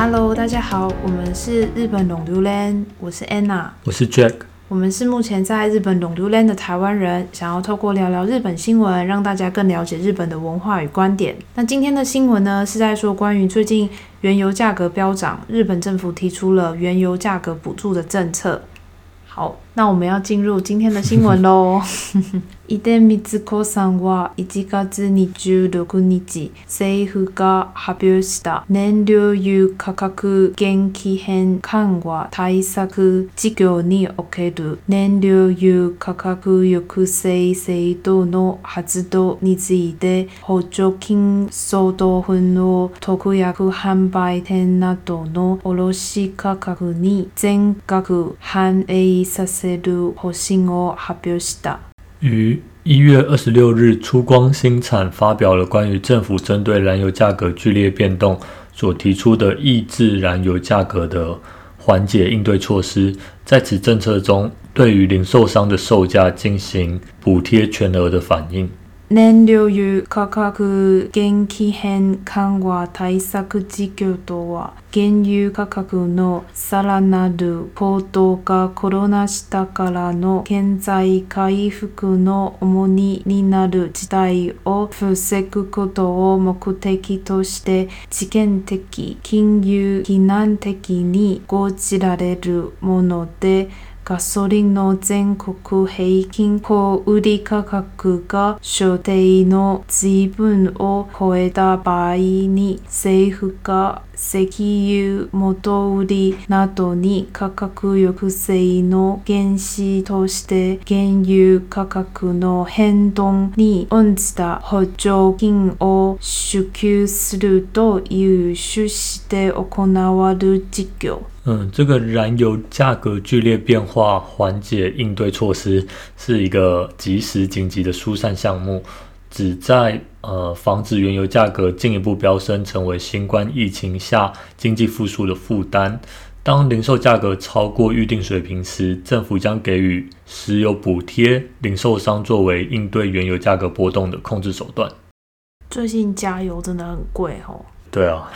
Hello， 大家好，我们是日本龙榴莲，我是 Anna， 我是 Jack， 我们是目前在日本龙榴莲的台湾人，想要透过聊聊日本新闻，让大家更了解日本的文化与观点。那今天的新闻呢，是在说关于最近原油价格飙涨，日本政府提出了原油价格补助的政策。好，那我们要进入今天的新闻咯。出光さんは1月26日、政府が発表した燃料油価格激変緩和対策事業における燃料油価格抑制制度の発動について、補助金相当分を特約販売店などの卸価格に全額反映させる方針を発表した。 于1月26日，出光新产发表了关于政府针对燃油价格剧烈变动所提出的抑制燃油价格的缓解应对措施。在此政策中，对于零售商的售价进行补贴全额的反应。 燃料油価格激変緩和対策事業とは、原油価格のさらなる高騰がコロナ下からの経済回復の重荷になる事態を防ぐことを目的として、時限的、緊急避難的に講じられるもので、ガソリンの全国平均小売価格が所定の水分を超えた場合に、政府が石油元売りなどに価格抑制の原資として原油価格の変動に応じた補助金を支給するという趣旨で行われる事業。 这个燃油价格剧烈变化缓解应对措施是一个即时紧急的疏散项目，旨在防止原油价格进一步飙升，成为新冠疫情下经济复苏的负担。当零售价格超过预定水平时，政府将给予石油补贴零售商，作为应对原油价格波动的控制手段。 最近加油真的很贵哦。 对啊。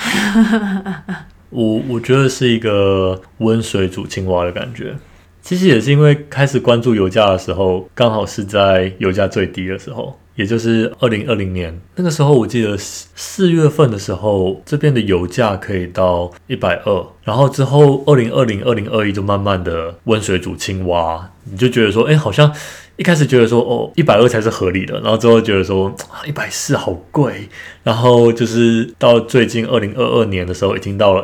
我觉得是一个温水煮青蛙的感觉。其实也是因为开始关注油价的时候，刚好是在油价最低的时候，也就是2020年那个时候。我记得4月份的时候，这边的油价可以到120，然后之后2020、2021就慢慢的温水煮青蛙，你就觉得说，好像一开始觉得说120才是合理的，然后之后觉得说140好贵，然后就是到最近2022年的时候已经到了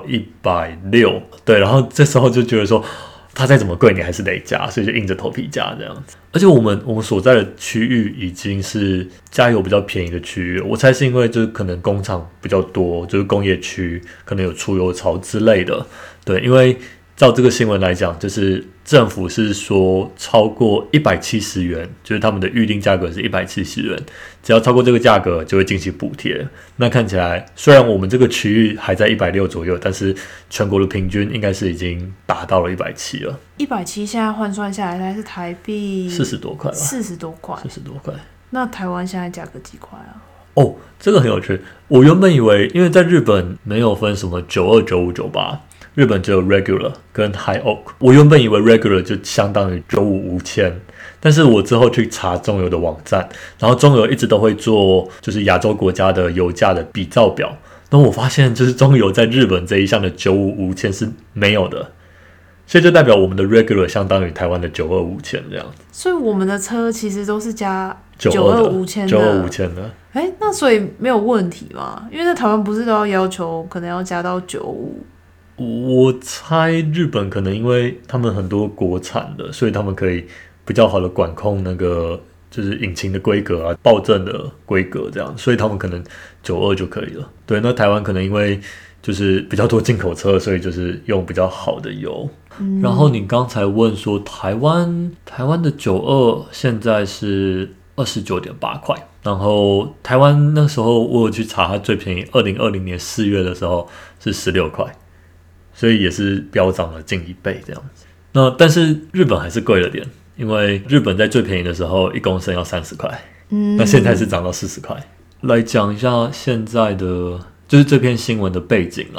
160，对，然后这时候就觉得说它再怎么贵你还是得加，所以就硬着头皮加这样子。而且我们所在的区域已经是加油比较便宜的区域，我猜是因为就是可能工厂比较多，就是工业区可能有出油槽之类的，对，因为照这个新闻来讲，就是政府是说超过170元，就是他们的预定价格是170元，只要超过这个价格就会进行补贴。那看起来虽然我们这个区域还在160左右，但是全国的平均应该是已经达到了170了。 170现在换算下来大概是台币 40多块吧 ，40多块。那台湾现在价格几块啊？ 这个很有趣。我原本以为，因为在日本没有分什么92、95、98。日本只有 regular 跟 high oak， 我原本以为 regular 就相当于95、5000，但是我之后去查中油的网站，然后中油一直都会做就是亚洲国家的油价的比照表，然后我发现就是中油在日本这一项的95、5000是没有的，所以就代表我们的 regular 相当于台湾的92、5000这样子。 所以我们的车其实都是加92、5000的。 92、5000的。 那所以没有问题嘛？因为在台湾不是都要求可能要加到95。 我猜日本可能因为他们很多国产的，所以他们可以比较好的管控那个就是引擎的规格啊、爆震的规格这样，所以他们可能92就可以了。对，那台湾可能因为就是比较多进口车，所以就是用比较好的油。然后你刚才问说台湾的92现在是29.8块，然后台湾那时候我有去查，它最便宜2020年4月的时候是16块。所以也是飙涨了近1倍这样子。那但是日本还是贵了点，因为日本在最便宜的时候1公升要30块，那现在是涨到40块。来讲一下现在的就是这篇新闻的背景啦。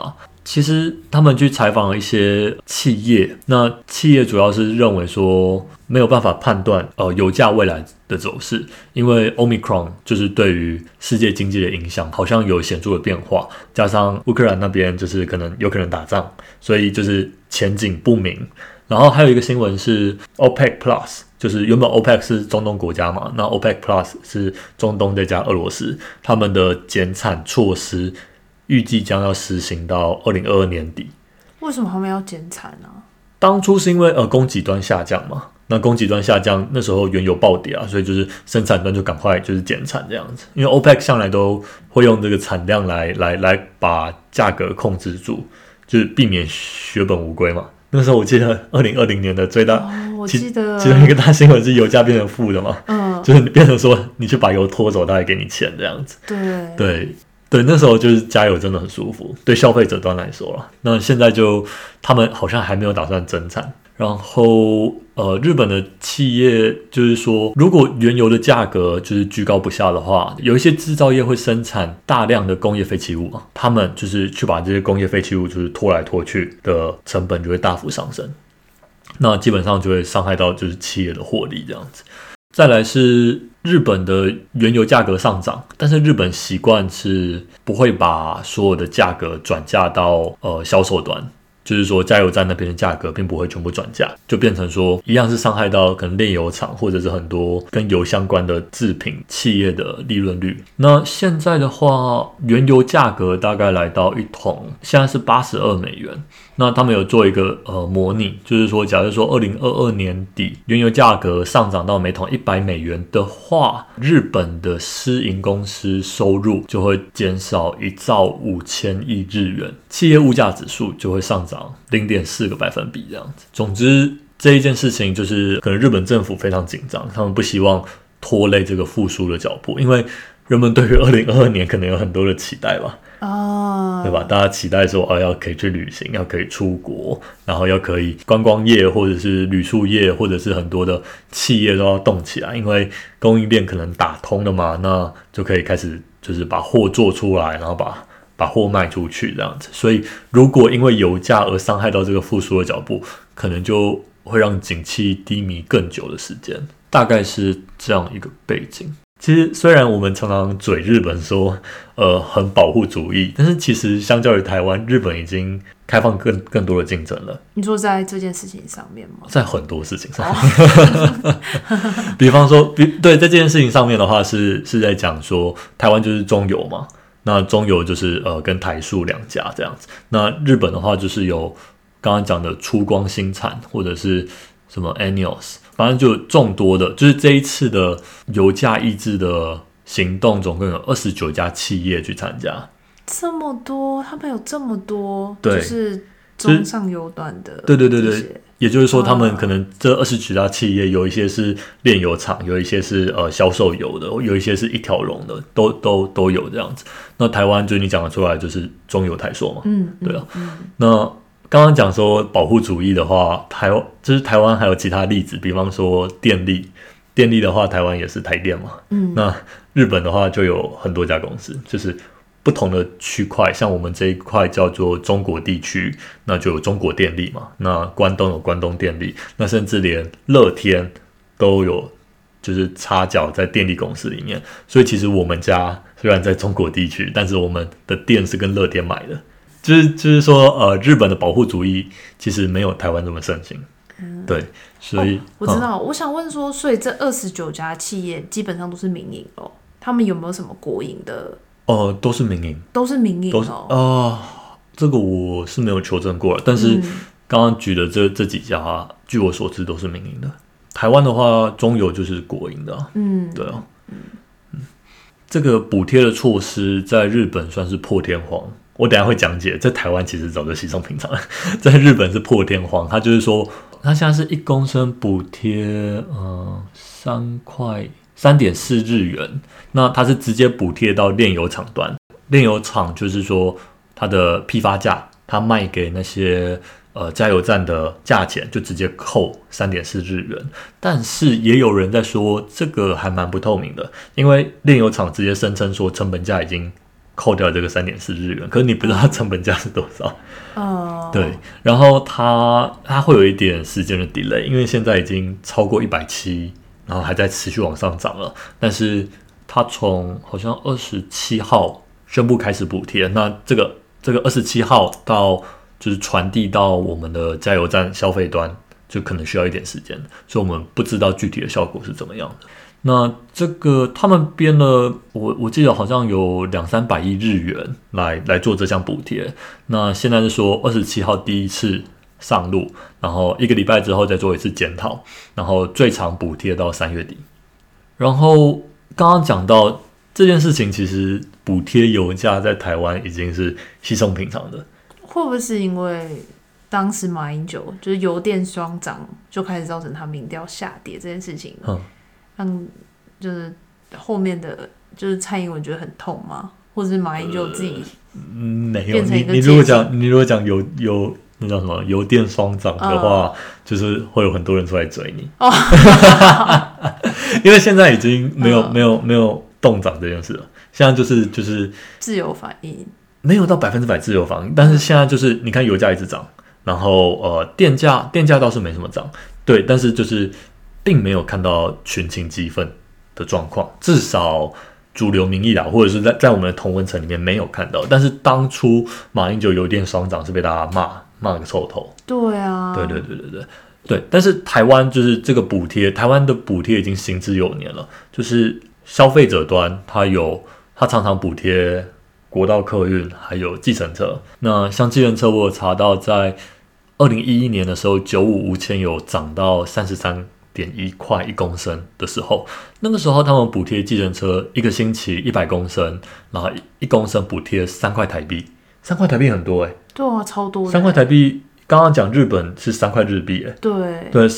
其实他们去采访了一些企业，那企业主要是认为说没有办法判断油价未来的走势，因为 Omicron 就是对于世界经济的影响好像有显著的变化，加上乌克兰那边就是有可能打仗，所以就是前景不明。然后还有一个新闻是 OPEC Plus， 就是原本 OPEC 是中东国家嘛，那 OPEC Plus 是中东再加俄罗斯，他们的减产措施预计将要实行到2022年底。 为什么他们要减产呢？ 当初是因为供给端下降嘛，那供给端下降，那时候原油暴跌啊，所以就是生产端就赶快就是减产这样子。因为 OPEC 向来都会用这个产量来把价格控制住，就是避免血本无归嘛。那时候我记得2020年的最大， 我记得其中一个大新闻是油价变成负的嘛，就是变成说你去把油拖走，他还给你钱这样子。对，那时候就是加油真的很舒服，对消费者端来说啦。那现在就他们好像还没有打算增产。然后日本的企业就是说，如果原油的价格就是居高不下的话，有一些制造业会生产大量的工业废弃物嘛，他们就是去把这些工业废弃物就是拖来拖去的成本就会大幅上升，那基本上就会伤害到就是企业的获利这样子。再来是日本的原油价格上涨，但是日本习惯是不会把所有的价格转嫁到销售端，就是说加油站那边的价格并不会全部转嫁，就变成说一样是伤害到可能炼油厂或者是很多跟油相关的制品企业的利润率。那现在的话，原油价格大概来到一桶现在是82美元。那他们有做一个模拟，就是说假如说2022年底原油价格上涨到每桶100美元的话，日本的私营公司收入就会减少1兆5000亿日元，企业物价指数就会上涨0.4个百分比这样子。总之这一件事情就是可能日本政府非常紧张，他们不希望拖累这个复苏的脚步，因为人们对于2022年可能有很多的期待吧。对吧？大家期待说要可以去旅行，要可以出国，然后要可以观光业或者是旅宿业或者是很多的企业都要动起来，因为供应链可能打通了嘛，那就可以开始就是把货做出来，然后把货卖出去这样子。所以如果因为油价而伤害到这个复苏的脚步，可能就会让景气低迷更久的时间，大概是这样一个背景。其实虽然我们常常嘴日本说很保护主义，但是其实相较于台湾，日本已经开放更多的竞争了。 你说在这件事情上面吗？ 在很多事情上面比方说对，在这件事情上面的话是在讲说台湾就是中油嘛，那中油就是跟台塑两家这样子。那日本的话就是有刚刚讲的出光新产或者是什么 ENEOS， 反正就众多的，就是这一次的油价抑制的行动，总共有29家企业去参加。 这么多，他们有这么多， 对， 就是中上游端的。 对，也就是说，他们可能这29家企业有一些是炼油厂，有一些是销售油的，有一些是一条龙的，都有这样子。那台湾就你讲得出来，就是中油台塑嘛，对啊。那刚刚讲说保护主义的话，就是台湾还有其他例子，比方说电力的话，台湾也是台电嘛，那日本的话就有很多家公司，就是不同的区块，像我们这一块叫做中国地区，那就有中国电力嘛，那关东有关东电力，那甚至连乐天都有就是插脚在电力公司里面，所以其实我们家虽然在中国地区，但是我们的电是跟乐天买的。就是说，日本的保护主义其实没有台湾这么盛行，对，所以、 我知道，我想问说，所以这29家企业基本上都是民营哦，他们有没有什么国营的？ 都是民营， 都是民营哦。 这个我是没有求证过，但是刚刚举的这几家，据我所知都是民营的。台湾的话，中油就是国营的，对啊，这个补贴的措施在日本算是破天荒。我等一下会讲解，在台湾其实早就稀松平常了，在日本是破天荒。它就是说，它现在是1公升补贴3.4日元，那它是直接补贴到炼油厂端。炼油厂就是说，它的批发价，它卖给那些加油站的价钱就直接扣3.4日元。但是也有人在说，这个还蛮不透明的，因为炼油厂直接声称说成本价已经扣掉这个3.4日元，可是你不知道它成本价是多少。对，然后它会有一点时间的 delay， 因为现在已经超过170，然后还在持续往上涨了。但是它从好像27号宣布开始补贴，那这个27号到就是传递到我们的加油站消费端，就可能需要一点时间，所以我们不知道具体的效果是怎么样的。那这个他们编了，我记得好像有200-300亿日元来做这项补贴。那现在是说27号第一次上路，然后1个礼拜之后再做一次检讨，然后最长补贴到3月底。然后刚刚讲到这件事情，其实补贴油价在台湾已经是稀松平常的。 会不会是因为当时马英九就是油电双涨，就开始造成他民调下跌这件事情？让就是后面的就是蔡英文觉得很痛吗？或者是马英九自己没有？ 变成一个你如果讲有那叫什么油电双涨的话，就是会有很多人出来追你。因为现在已经没有动涨这件事了，现在就是自由反应， 没有到100%自由反应，但是现在就是你看油价一直涨，然后电价倒是没什么涨，对，但是就是并没有看到群情激愤的状况，至少主流民意啦，或者是在我们的同温层里面没有看到。但是当初马英九油电双涨是被大家骂了个臭头。 对啊， 对，但是台湾就是这个补贴，台湾的补贴已经行之有年了，就是消费者端它常常补贴国道客运还有计程车。那像计程车我有查到，在2011年的时候，95无铅有涨到33.1块1公升的时候，那个时候他们补贴计程车1个星期100公升，然后1公升补贴3块台币，3块台币很多对啊，超多的。3块台币，刚刚讲日本是3块日币对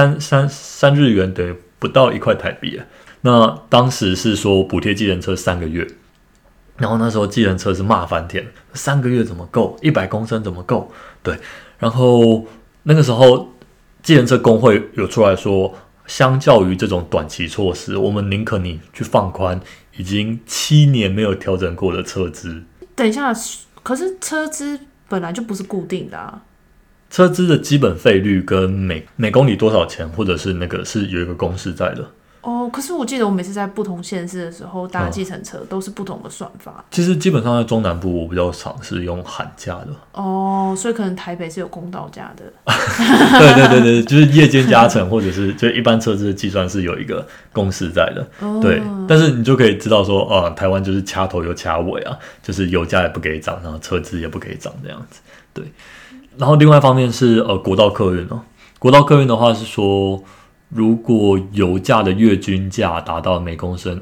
，3日元等于不到1块台币那当时是说补贴计程车3个月，然后那时候计程车是骂翻天，3个月怎么够？100公升怎么够？对，然后那个时候计程车工会有出来说，相较于这种短期措施，我们宁可你去放宽已经7年没有调整过的车资。 等一下，可是车资本来就不是固定的啊。 车资的基本费率跟每公里多少钱，或者是那个是有一个公式在的。 可是我记得我每次在不同县市的时候搭计程车都是不同的算法。 其实基本上在中南部我比较常是用喊价的。 所以可能台北是有公道价的。 对，就是夜间加成或者是就一般车资的计算是有一个公式在的。对，但是你就可以知道说，台湾就是掐头又掐尾啊，就是油价也不给涨，然后车资也不给涨这样子。对，然后另外一方面是国道客运国道客运的话是说，如果油价的月均价达到每公升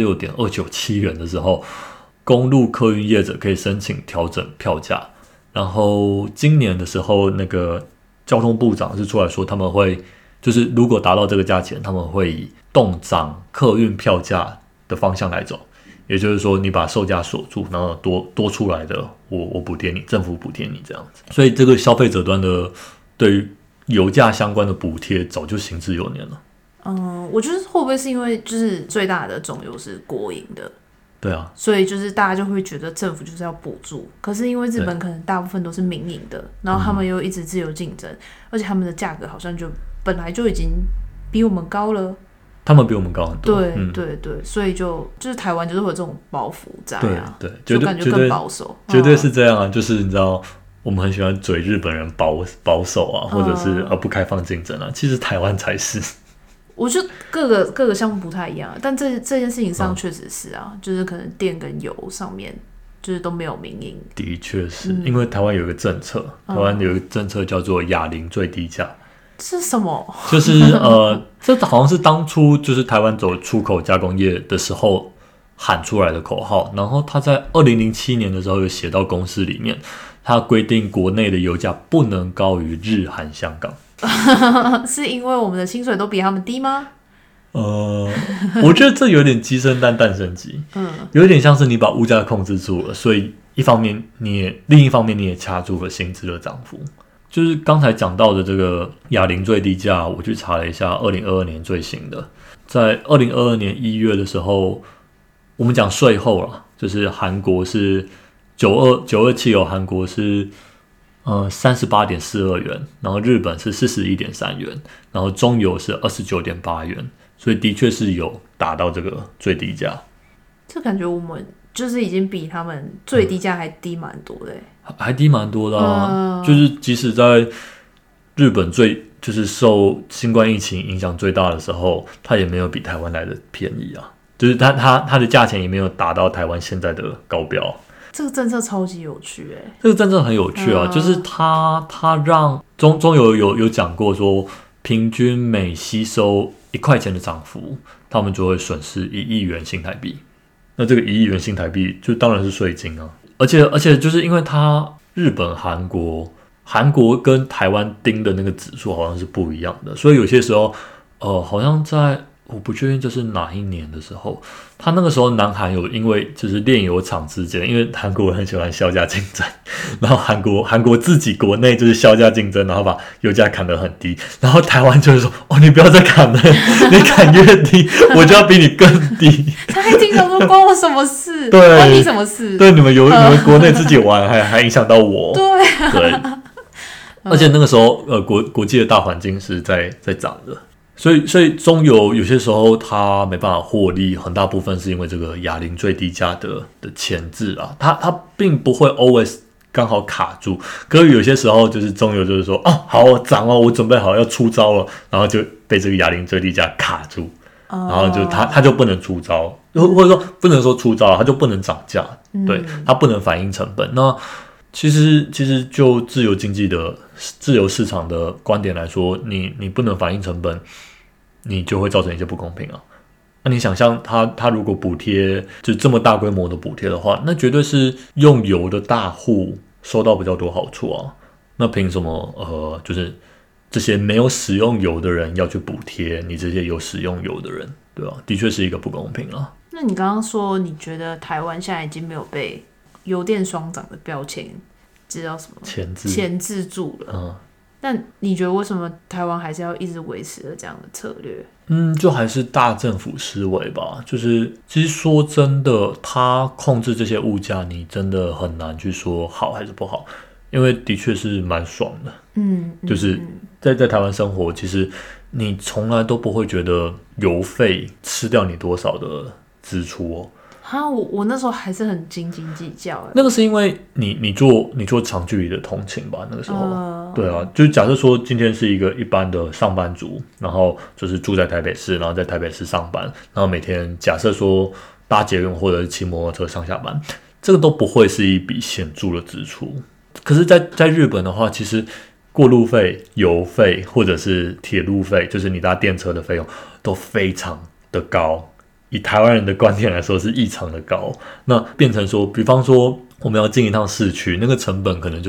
26.297元的时候，公路客运业者可以申请调整票价。然后今年的时候，那个交通部长是出来说，他们会就是如果达到这个价钱，他们会以动涨客运票价的方向来走。也就是说，你把售价锁住，然后多出来的我补贴你，政府补贴你这样子。所以这个消费者端的对于油价相关的补贴早就行之有年了。 我觉得会不会是因为就是最大的中油是国营的， 对啊， 所以就是大家就会觉得政府就是要补助。可是因为日本可能大部分都是民营的，然后他们又一直自由竞争，而且他们的价格好像就本来就已经比我们高了。 他们比我们高很多。 对，所以就是台湾就是会有这种包袱在啊， 对， 就感觉更保守。 绝对是这样啊，就是你知道。我们很喜欢嘴日本人保守啊，或者是不开放竞争啊，其实台湾才是。 我觉得各个项目不太一样，但这件事情上确实是啊，就是可能电跟油上面就是都没有民营。 的确是，因为台湾有一个政策，台湾有一个政策叫做哑铃最低价。 是什么？ 就是这好像是当初就是台湾走出口加工业的时候喊出来的口号，然后他在2007年的时候有写到公司里面。它规定国内的油价不能高于日韩香港。 是因为我们的薪水都比他们低吗？ 我觉得这有点鸡生蛋蛋生鸡，有点像是你把物价控制住了，所以另一方面你也掐住了薪资的涨幅。就是刚才讲到的这个哑铃最低价，我去查了一下2022年最新的，在2022年1月的时候， 我们讲税后啦，就是韩国是92汽油，韩国是38.42元，然后日本是41.3元，然后中油是29.8元，所以的确是有达到这个最低价。 这感觉我们就是已经比他们最低价还低蛮多的还低蛮多的啊。就是即使在日本就是受新冠疫情影响最大的时候，它也没有比台湾来的便宜啊。就是它的价钱也没有达到台湾现在的高标。 这个政策超级有趣这个政策很有趣啊，就是它让中油有讲过说，平均每吸收1块钱的涨幅，他们就会损失1亿元新台币。那这个1亿元新台币就当然是税金啊，而且就是因为它日本、韩国跟台湾盯的那个指数好像是不一样的，所以有些时候好像我不确定这是哪一年的时候，他那个时候南韩有因为就是炼油厂之间，因为韩国人很喜欢削价竞争，然后韩国自己国内就是削价竞争，然后把油价砍得很低，然后台湾就是说你不要再砍了，你砍越低我就要比你更低。 他还经常说关我什么事？ 对， 关你什么事？ 对，你们国内自己玩还影响到我。 对。 而且那个时候国际的大环境是在涨的。所以中油有些时候它没办法获利，很大部分是因为这个哑铃最低价的前置啊，它并不会 always 刚好卡住，可是有些时候就是中油就是说好涨我准备好要出招了，然后就被这个哑铃最低价卡住，然后就它就不能出招，或者说不能说出招，它就不能涨价，对，它不能反映成本。那其实就自由经济的自由市场的观点来说，你不能反映成本，你就会造成一些不公平啊。那你想象他如果补贴就这么大规模的补贴的话，那绝对是用油的大户收到比较多好处啊。那凭什么就是这些没有使用油的人要去补贴你这些有使用油的人，对吧？的确是一个不公平啊。 那你刚刚说你觉得台湾现在已经没有被油电双涨的标签知道什么钳制住了，那你觉得为什么台湾还是要一直维持了这样的策略？ 就还是大政府思维吧。就是其实说真的，他控制这些物价，你真的很难去说好还是不好，因为的确是蛮爽的。就是在台湾生活，其实你从来都不会觉得油费吃掉你多少的支出哦。 我那时候还是很斤斤计较。 那个是因为你做长距离的通勤吧，那个时候，对啊，就是假设说今天是一个一般的上班族，然后就是住在台北市，然后在台北市上班，然后每天假设说搭捷运或者是骑摩托车上下班，这个都不会是一笔显著的支出。可是在日本的话，其实过路费、油费或者是铁路费，就是你搭电车的费用都非常的高。以台湾人的观点来说是异常的高，那变成说比方说我们要进一趟市区，那个成本可能要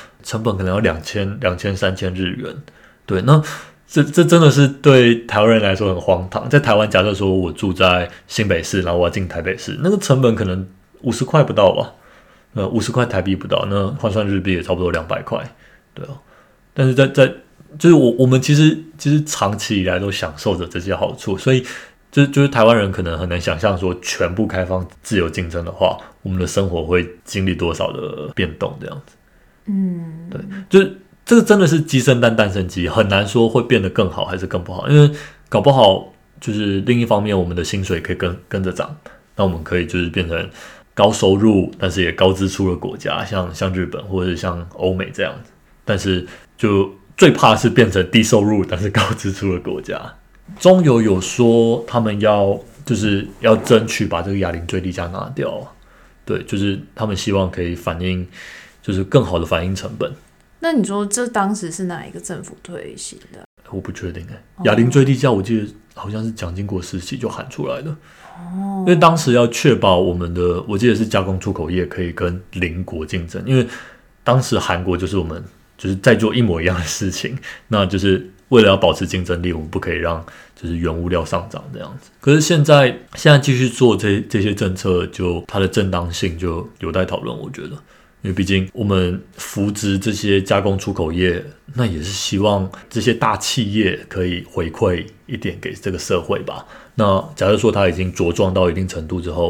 2000、3000日元，对，那这真的是对台湾人来说很荒唐。在台湾假设说我住在新北市，然后我要进台北市，那个成本可能50块不到吧，50块台币不到，那换算日币也差不多200块，对啊。但是就是我们其实长期以来都享受着这些好处，所以就是台湾人可能很难想象说全部开放自由竞争的话，我们的生活会经历多少的变动这样子。对，就是这个真的是鸡生蛋蛋生鸡，很难说会变得更好还是更不好，因为搞不好就是另一方面我们的薪水可以跟着涨，那我们可以就是变成高收入但是也高支出的国家，像日本或者是像欧美这样子，但是就最怕是变成低收入但是高支出的国家。中油有说他们要争取把这个哑铃最低价拿掉，对，就是他们希望可以反映，就是更好的反映成本。 那你说这当时是哪一个政府推行的？ 我不确定哑铃最低价我记得好像是蒋经国时期就喊出来的，因为当时要确保我们的，我记得是加工出口业可以跟邻国竞争，因为当时韩国就是我们就是在做一模一样的事情，那就是为了要保持竞争力，我们不可以让就是原物料上涨这样子。可是现在继续做这些政策，就它的正当性就有待讨论，我觉得，因为毕竟我们扶植这些加工出口业，那也是希望这些大企业可以回馈一点给这个社会吧。那假如说它已经茁壮到一定程度之后，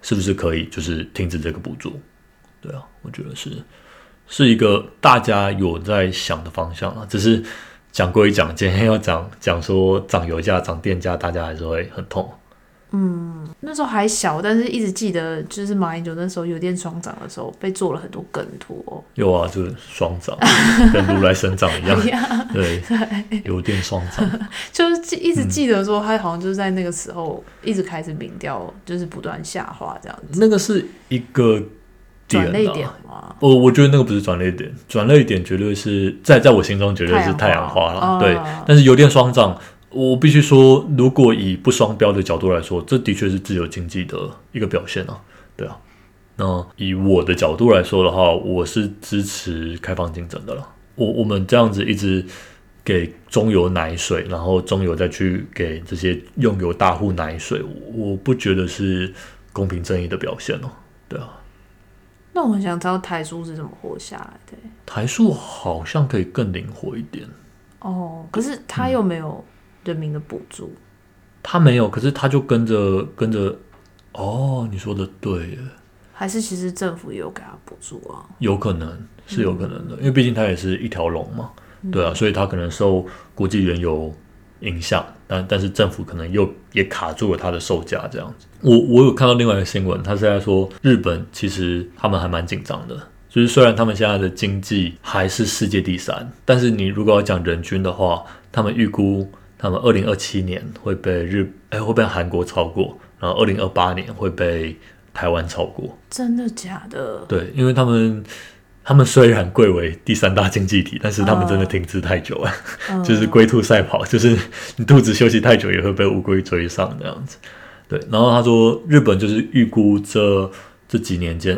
是不是可以就是停止这个补助？对啊，我觉得是一个大家有在想的方向啊，只是讲归讲，今天要讲说涨油价、涨电价，大家还是会很痛。 那时候还小，但是一直记得就是马英九那时候油电双涨的时候被做了很多梗图有啊，就是双涨，跟如来神掌一样。对，油电双涨， 就是一直记得说他好像就是在那个时候一直开始民调就是不断下滑这样子。 那个是一个转捩点吗？ 我觉得那个不是转捩点，转捩点绝对是在我心中绝对是太阳花了。对，但是油电双涨。我必须说，如果以不双标的角度来说，这的确是自由经济的一个表现啊，对啊。那以我的角度来说的话，我是支持开放竞争的啦。我们这样子一直给中油奶水，然后中油再去给这些用油大户奶水，我不觉得是公平正义的表现哦，对啊。 那我很想知道台塑是怎么活下来的。 台塑好像可以更灵活一点可是他又没有人民的补助， 他没有，可是他就跟着你说的对耶， 还是其实政府也有给他补助啊？ 有可能是有可能的，因为毕竟它也是一条龙嘛，对啊，所以它可能受国际原油影响，但是政府可能也卡住了它的售价这样子。我有看到另外一个新闻，他是在说日本其实他们还蛮紧张的，就是虽然他们现在的经济还是世界第3，但是你如果要讲人均的话，他们预估他们2027年会被韩国超过，然后2028年会被台湾超过。 真的假的？ 对，因为他们虽然贵为第3大经济体，但是他们真的停滞太久了，就是龟兔赛跑，就是你肚子休息太久也会被乌龟追上这样子。对，然后他说日本就是预估这几年间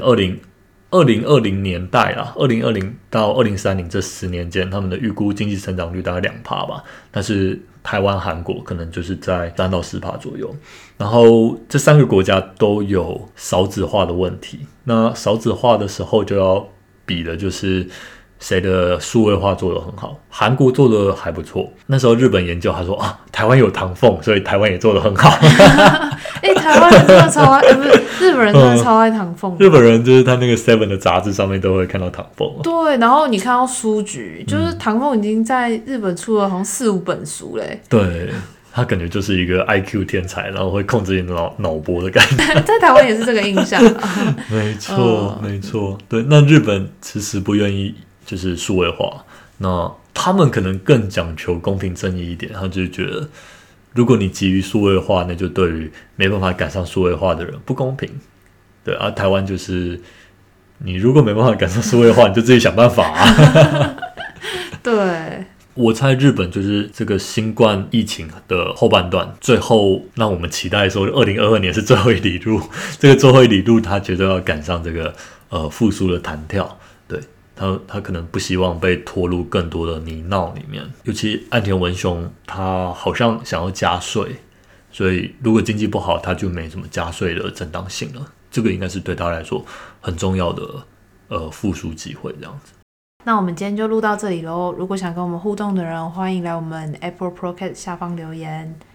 2020年代啦，2020到2030这10年间，他们的预估经济成长率大概2%吧，但是台湾、韩国可能就是在3到4%左右。然后这3个国家都有少子化的问题，那少子化的时候就要比的就是谁的数位化做得很好。韩国做得还不错，那时候日本研究他说台湾有唐凤，所以台湾也做得很好。 台湾人真的超爱，不是日本人真的超爱唐凤。 日本人就是他那个 Seven 的杂志上面都会看到唐凤。 对，然后你看到书局，就是唐凤已经在日本出了好像4-5本书嘞。 对，他感觉就是一个 IQ 天才，然后会控制你脑波的感觉。 在台湾也是这个印象。 没错，没错。对，那日本迟迟不愿意就是数位化，那他们可能更讲求公平正义一点，他就是觉得如果你急于数位化，那就对于没办法赶上数位化的人不公平。对啊，台湾就是你如果没办法赶上数位化，你就自己想办法啊。 对， 我猜日本就是这个新冠疫情的后半段，最后让我们期待说2022年是最后一里路，这个最后一里路他绝对要赶上这个复苏的弹跳。对，他可能不希望被拖入更多的泥淖里面，尤其岸田文雄他好像想要加税，所以如果经济不好，他就没什么加税的正当性了。这个应该是对他来说很重要的复苏机会这样子。 那我们今天就录到这里咯，如果想跟我们互动的人，欢迎来我们 Apple Podcast 下方留言。